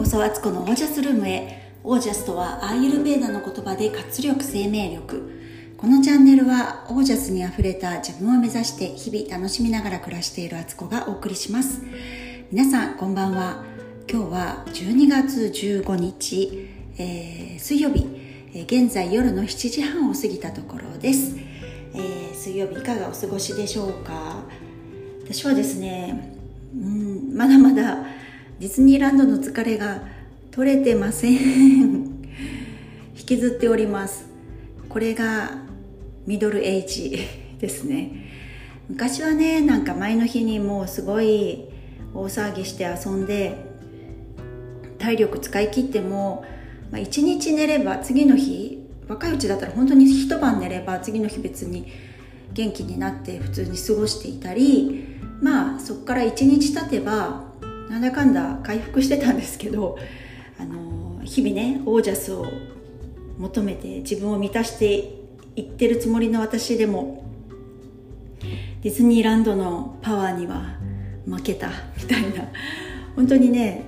そアツコのオージャスルームへ。オージャスとはアーユルヴェーダの言葉で活力、生命力。このチャンネルはオージャスにあふれた自分を目指して日々楽しみながら暮らしているアツコがお送りします。皆さんこんばんは。今日は12月15日、水曜日、現在夜の7時半を過ぎたところです。水曜日いかがお過ごしでしょうか。私はですね、まだまだディズニーランドの疲れが取れてません引きずっております。これがミドルエイジですね。昔はね、なんか前の日にもうすごい大騒ぎして遊んで体力使い切っても、1日寝れば次の日、若いうちだったら本当に一晩寝れば次の日別に元気になって普通に過ごしていたり、そこから1日経てばなんだかんだ回復してたんですけど、日々ねオージャスを求めて自分を満たしていってるつもりの私でもディズニーランドのパワーには負けたみたいな、本当にね、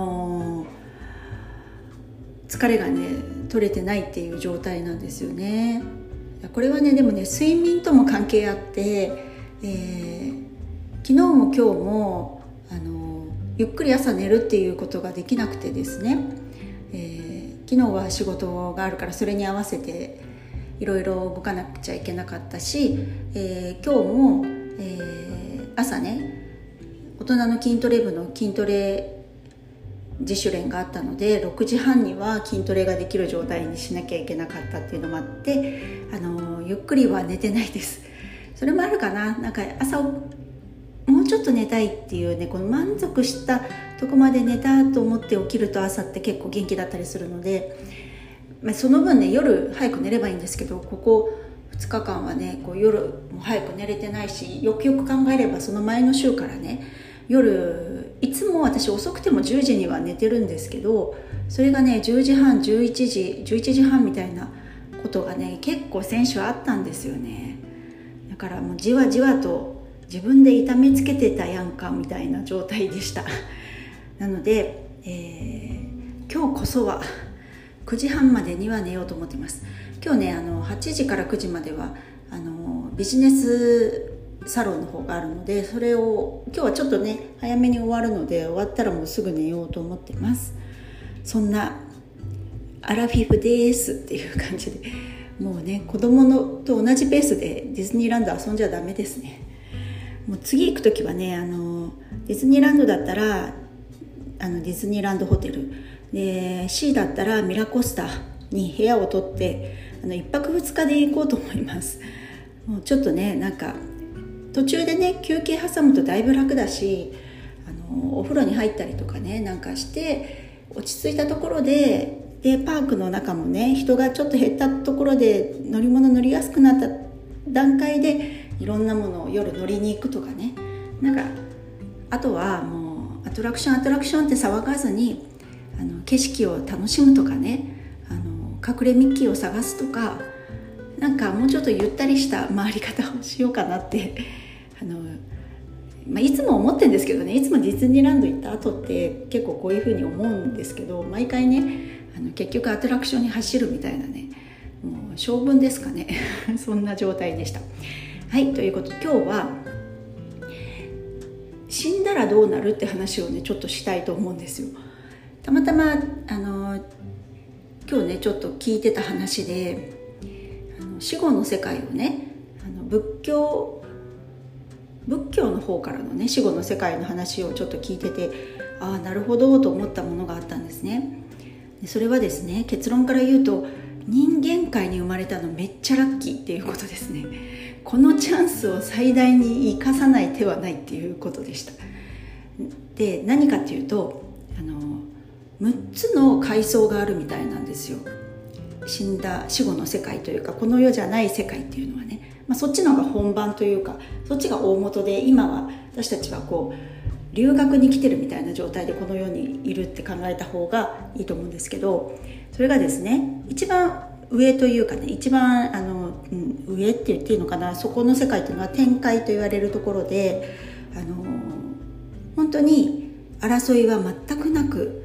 疲れがね取れてないっていう状態なんですよね。これはねでもね睡眠とも関係あって、昨日も今日もゆっくり朝寝るっていうことができなくてですね、昨日は仕事があるからそれに合わせていろいろ動かなくちゃいけなかったし、今日も、朝ね大人の筋トレ部の筋トレ自主練があったので6時半には筋トレができる状態にしなきゃいけなかったっていうのもあって、ゆっくりは寝てないです。それもあるかな、なんか朝もうちょっと寝たいっていうね、この満足したとこまで寝たと思って起きると朝って結構元気だったりするので、その分ね夜早く寝ればいいんですけど、ここ2日間はねこう夜も早く寝れてないし、よくよく考えればその前の週からね夜いつも私遅くても10時には寝てるんですけど、それがね10時半11時半みたいなことがね結構先週あったんですよね。だからもうじわじわと自分で痛めつけてたやんかみたいな状態でしたなので、今日こそは9時半までには寝ようと思ってます。今日ね8時から9時まではビジネスサロンの方があるので、それを今日はちょっとね早めに終わるので、終わったらもうすぐ寝ようと思ってます。そんなアラフィフですっていう感じで、もうね子供のと同じペースでディズニーランド遊んじゃダメですね。もう次行くときはねディズニーランドだったらディズニーランドホテルで、 C だったらミラコスタに部屋を取って1泊2日で行こうと思います。もうちょっとねなんか途中でね休憩挟むとだいぶ楽だし、お風呂に入ったりとかねなんかして落ち着いたところでパークの中もね人がちょっと減ったところで乗り物乗りやすくなった段階でいろんなものを夜乗りに行くとかね、なんかあとはもうアトラクションって騒がずに景色を楽しむとかね、隠れミッキーを探すとか、なんかもうちょっとゆったりした回り方をしようかなっていつも思ってるんですけどね、いつもディズニーランド行った後って結構こういう風に思うんですけど、毎回ね結局アトラクションに走るみたいなね、もう性分ですかねそんな状態でした。はい、ということで今日は死んだらどうなるって話をねちょっとしたいと思うんですよ。たまたま今日ねちょっと聞いてた話で死後の世界をね仏教の方からのね死後の世界の話をちょっと聞いてて、ああなるほどと思ったものがあったんですね。でそれはですね、結論から言うと人間界に生まれたのめっちゃラッキーっていうことですね。このチャンスを最大に生かさない手はないっていうことでした。で何かっていうと6つの階層があるみたいなんですよ。死後の世界というかこの世じゃない世界っていうのはね、そっちの方が本番というかそっちが大元で、今は私たちはこう留学に来てるみたいな状態でこの世にいるって考えた方がいいと思うんですけど、それがですね一番上というかね、一番上って言っていいのかな、そこの世界というのは天界と言われるところで本当に争いは全くなく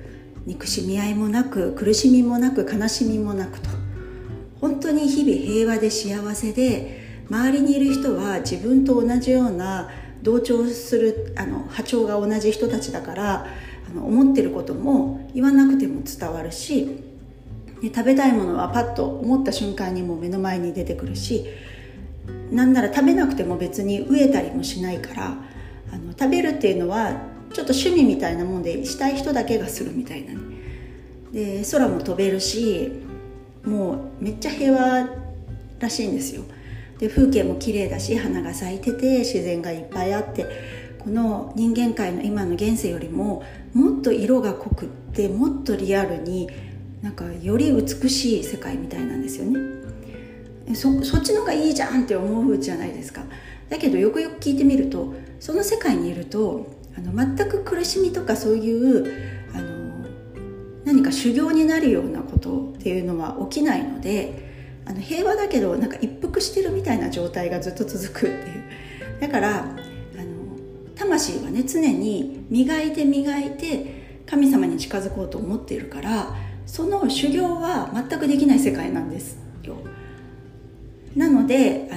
憎しみ合いもなく苦しみもなく悲しみもなくと、本当に日々平和で幸せで、周りにいる人は自分と同じような同調する波長が同じ人たちだから、思ってることも言わなくても伝わるし、で食べたいものはパッと思った瞬間にもう目の前に出てくるし、なんなら食べなくても別に飢えたりもしないから、食べるっていうのはちょっと趣味みたいなもんで、したい人だけがするみたいなね。で空も飛べるし、もうめっちゃ平和らしいんですよ。で風景も綺麗だし、花が咲いてて自然がいっぱいあって、この人間界の今の現世よりももっと色が濃くって、もっとリアルになんかより美しい世界みたいなんですよね。そっちの方がいいじゃんって思うじゃないですか。だけどよくよく聞いてみると、その世界にいると全く苦しみとかそういう何か修行になるようなことっていうのは起きないので、平和だけどなんか一服してるみたいな状態がずっと続くっていう。だから魂はね、常に磨いて神様に近づこうと思っているから、その修行は全くできない世界なんですよ。なので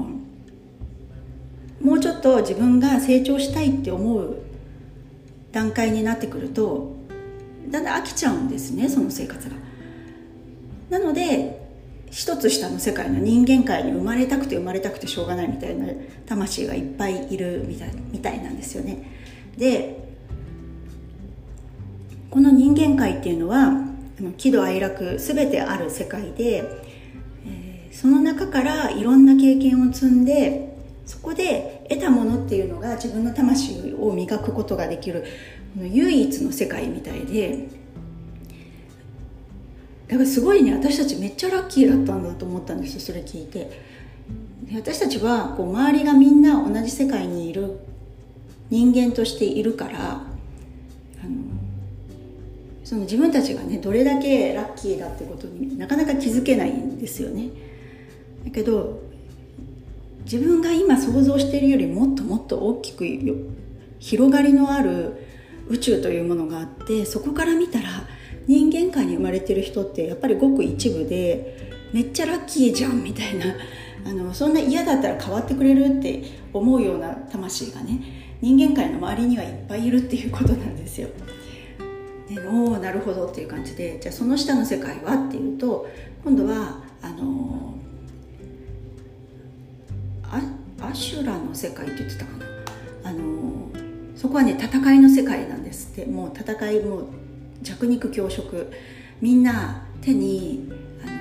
もうちょっと自分が成長したいって思う段階になってくると、だんだん飽きちゃうんですね、その生活が。なので一つ下の世界の人間界に生まれたくてしょうがないみたいな魂がいっぱいいるみたいなんですよね。でこの人間界っていうのは喜怒哀楽すべてある世界で、その中からいろんな経験を積んで、そこで得たものっていうのが自分の魂を磨くことができる唯一の世界みたいで、だからすごいね、私たちめっちゃラッキーだったんだと思ったんですよ、それ聞いて。で私たちは周りがみんな同じ世界にいる人間としているから、その自分たちがねどれだけラッキーだってことになかなか気づけないんですよね。だけど自分が今想像しているよりもっともっと大きく広がりのある宇宙というものがあって、そこから見たら人間界に生まれてる人ってやっぱりごく一部で、めっちゃラッキーじゃんみたいな、そんな嫌だったら変わってくれるって思うような魂がね、人間界の周りにはいっぱいいるっていうことなんですよ。でおーなるほどっていう感じで、じゃあその下の世界はっていうと、今度はアシュラの世界って言ってたかな。そこはね戦いの世界なんですって。もう戦い、もう弱肉強食、みんな手に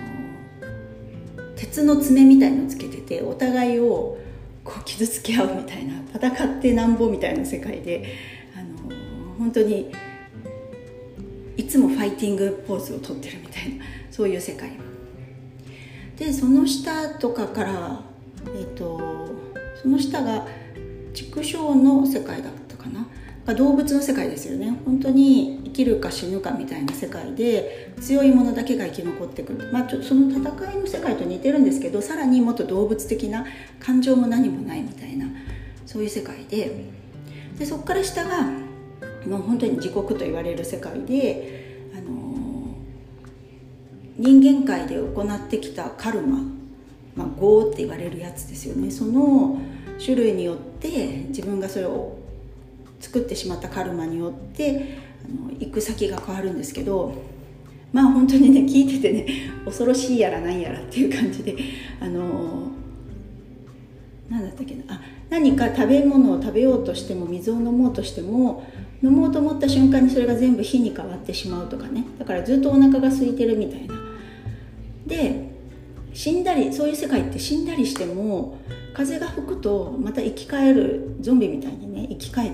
鉄の爪みたいのをつけてて、お互いを傷つけ合うみたいな、戦ってなんぼみたいな世界で、本当にいつもファイティングポーズをとってるみたいな、そういう世界で、その下とかから、その下が畜生の世界だったかな、動物の世界ですよね。本当に生きるか死ぬかみたいな世界で、強いものだけが生き残ってくる、その戦いの世界と似てるんですけど、さらにもっと動物的な感情も何もないみたいな、そういう世界で、そこから下がもう本当に地獄と言われる世界で、人間界で行ってきたカルマ、業って言われるやつですよね。その種類によって自分がそれを作ってしまったカルマによって行く先が変わるんですけど、本当にね聞いててね、恐ろしいやらなんやらっていう感じで、何だったっけな、何か食べ物を食べようとしても、水を飲もうとしても、飲もうと思った瞬間にそれが全部火に変わってしまうとかね。だからずっとお腹が空いてるみたいな。で死んだり、そういう世界って死んだりしても風が吹くとまた生き返る、ゾンビみたいにね生き返って、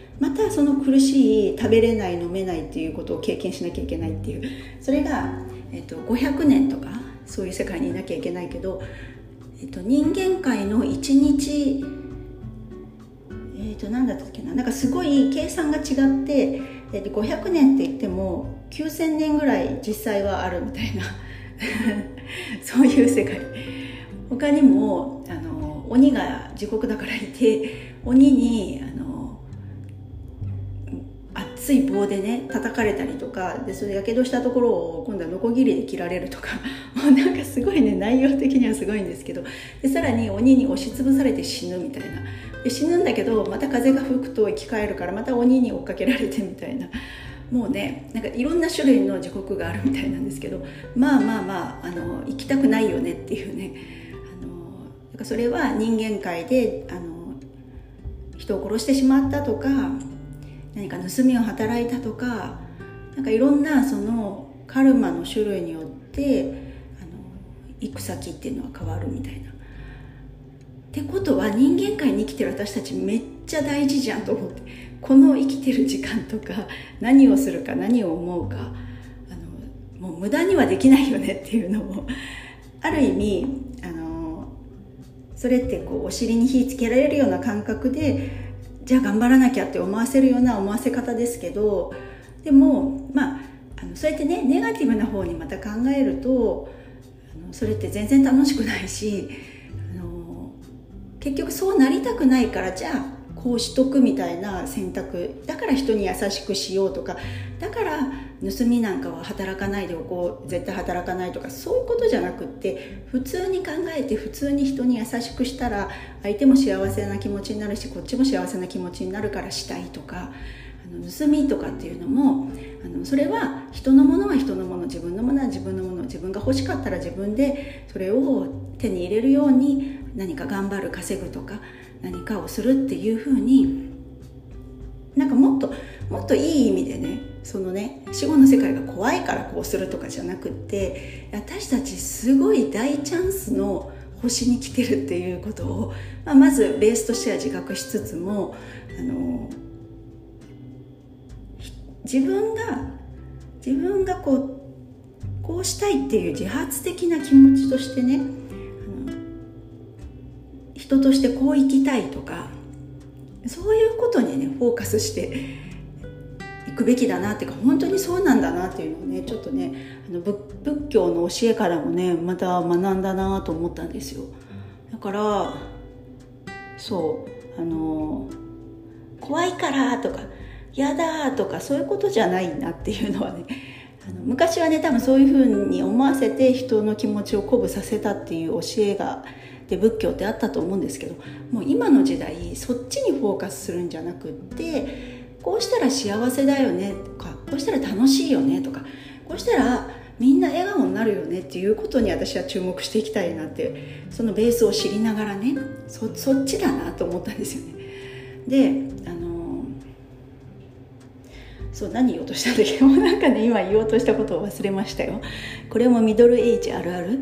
またその苦しい食べれない飲めないっていうことを経験しなきゃいけないっていう、それが、500年とかそういう世界にいなきゃいけないけど、人間界の1日何だったっけな、なんかすごい計算が違って、500年って言っても9000年ぐらい実際はあるみたいなそういう世界。他にも鬼が地獄だからいて、鬼に熱い棒でね叩かれたりとかで、それやけどしたところを今度はノコギリで切られるとかもうなんかすごいね、内容的にはすごいんですけど、でさらに鬼に押しつぶされて死ぬみたいな、で死ぬんだけどまた風が吹くと生き返るからまた鬼に追っかけられてみたいな、もうねなんかいろんな種類の地獄があるみたいなんですけど、まあ行きたくないよねっていうね、だからそれは人間界で人を殺してしまったとか、何か盗みを働いたとか、なんかいろんなそのカルマの種類によって行く先っていうのは変わるみたいな。ってことは人間界に生きてる私たちめっちゃ大事じゃんと思って、この生きてる時間とか何をするか何を思うかもう無駄にはできないよねっていうのもある意味それってこうお尻に火つけられるような感覚で、じゃあ頑張らなきゃって思わせるような思わせ方ですけど、でもそうやってねネガティブな方にまた考えるとそれって全然楽しくないし、結局そうなりたくないから、じゃあこうしとくみたいな選択だから人に優しくしようとか、だから盗みなんかは働かないでおこう、絶対働かないとか、そういうことじゃなくって、普通に考えて普通に人に優しくしたら相手も幸せな気持ちになるし、こっちも幸せな気持ちになるからしたいとか、盗みとかっていうのもそれは人のものは人のもの、自分のものは自分のもの、自分が欲しかったら自分でそれを手に入れるように何か頑張る、稼ぐとか何かをするっていう風に、なんかもっといい意味でね、そのね死後の世界が怖いからこうするとかじゃなくって、私たちすごい大チャンスの星に来てるっていうことを、まずベースとしては自覚しつつも、自分がこうしたいっていう自発的な気持ちとしてね、人としてこう生きたいとか、そういうことにねフォーカスしていくべきだなっていうか、本当にそうなんだなっていうのをね、ちょっとね仏教の教えからもねまた学んだなと思ったんですよ。だから怖いからとかやだとかそういうことじゃないなっていうのはね、昔はね多分そういうふうに思わせて人の気持ちを鼓舞させたっていう教えがで仏教ってあったと思うんですけど、もう今の時代そっちにフォーカスするんじゃなくって、こうしたら幸せだよねとか、こうしたら楽しいよねとか、こうしたらみんな笑顔になるよねっていうことに私は注目していきたいなって、そのベースを知りながらね、そっちだなと思ったんですよね。で何言おうとしたんだっけもうなんかね今言おうとしたことを忘れましたよ。これもミドルエイジあるある。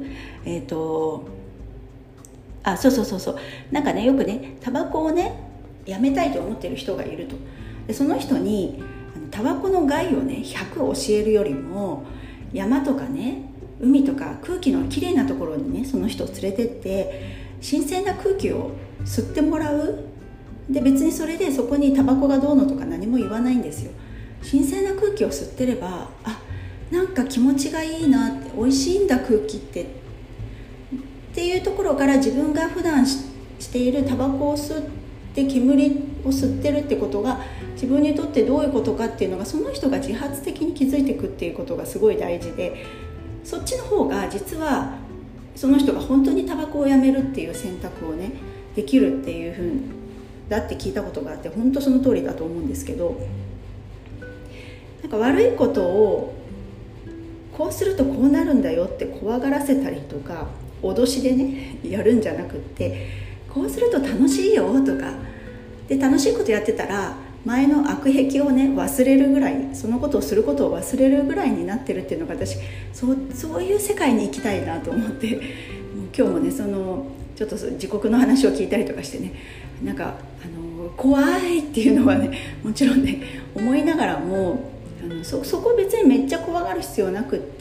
そうなんかねよくねタバコをねやめたいと思ってる人がいると。でその人にタバコの害をね100教えるよりも、山とかね海とか空気のきれいなところにねその人を連れてって新鮮な空気を吸ってもらう。で別にそれでそこにタバコがどうのとか何も言わないんですよ。新鮮な空気を吸ってれば、なんか気持ちがいいなって、美味しいんだ空気っていうところから、自分が普段しているタバコを吸って煙を吸ってるってことが自分にとってどういうことかっていうのが、その人が自発的に気づいていくっていうことがすごい大事で、そっちの方が実はその人が本当にタバコをやめるっていう選択をねできるっていうふうだって聞いたことがあって、本当その通りだと思うんですけど、なんか悪いことをこうするとこうなるんだよって怖がらせたりとか脅しでねやるんじゃなくって、こうすると楽しいよとかで、楽しいことやってたら前の悪癖をね忘れるぐらい、そのことをすることを忘れるぐらいになってるっていうのが、私そういう世界に行きたいなと思って、もう今日もねちょっと自国の話を聞いたりとかしてね、なんか怖いっていうのはねもちろんね思いながらも、そこ別にめっちゃ怖がる必要なくって、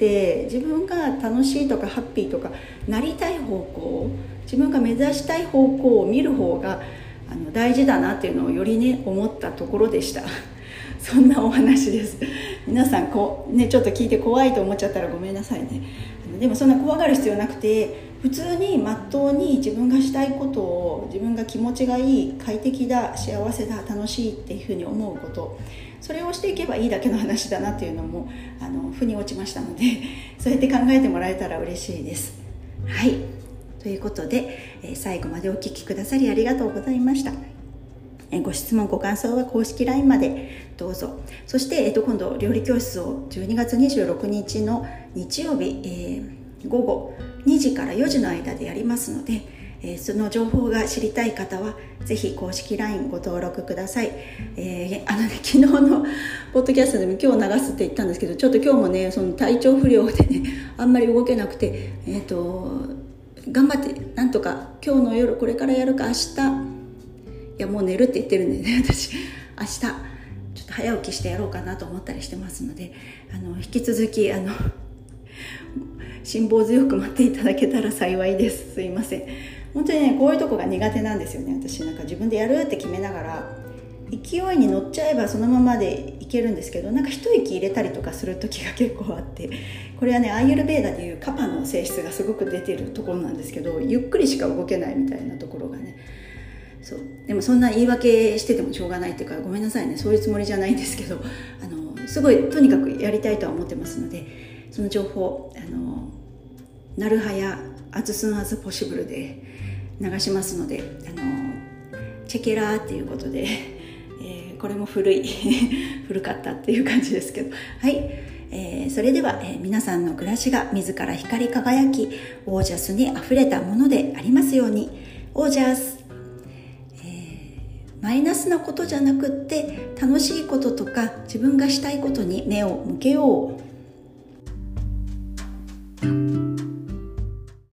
自分が楽しいとかハッピーとかなりたい方向、自分が目指したい方向を見る方が大事だなっていうのをよりね思ったところでした。そんなお話です。皆さんちょっと聞いて怖いと思っちゃったらごめんなさいね。でもそんな怖がる必要なくて、 普通にまっとうに自分がしたいことを、自分が気持ちがいい、快適だ、幸せだ、楽しいっていうふうに思うこと、それをしていけばいいだけの話だなっていうのも腑に落ちましたので、そうやって考えてもらえたら嬉しいです。はい、ということで、最後までお聞きくださりありがとうございました。ご質問ご感想は公式 LINE までどうぞ。そして、今度料理教室を12月26日の日曜日、午後2時から4時の間でやりますので、その情報が知りたい方はぜひ公式 LINE ご登録ください。昨日のポッドキャストでも今日流すって言ったんですけど、ちょっと今日もねその体調不良でねあんまり動けなくて、頑張ってなんとか今日の夜これからやるか、明日いやもう寝るって言ってるんでね、私明日ちょっと早起きしてやろうかなと思ったりしてますので、引き続き辛抱強く待っていただけたら幸いです。すいません。本当にねこういうとこが苦手なんですよね。私なんか自分でやるって決めながら勢いに乗っちゃえばそのままでいけるんですけど、なんか一息入れたりとかする時が結構あって、これはねアーユルヴェーダでいうカパの性質がすごく出てるところなんですけど、ゆっくりしか動けないみたいなところがね、そうでもそんな言い訳しててもしょうがないっていうか、ごめんなさいね、そういうつもりじゃないんですけど、すごいとにかくやりたいとは思ってますので、その情報なるはやas soon as possibleで流しますので、チェケラーっていうことで、これも古かったっていう感じですけど、はい、それでは、皆さんの暮らしが自ら光り輝きオージャスにあふれたものでありますように。オージャス、マイナスなことじゃなくって楽しいこととか自分がしたいことに目を向けよう。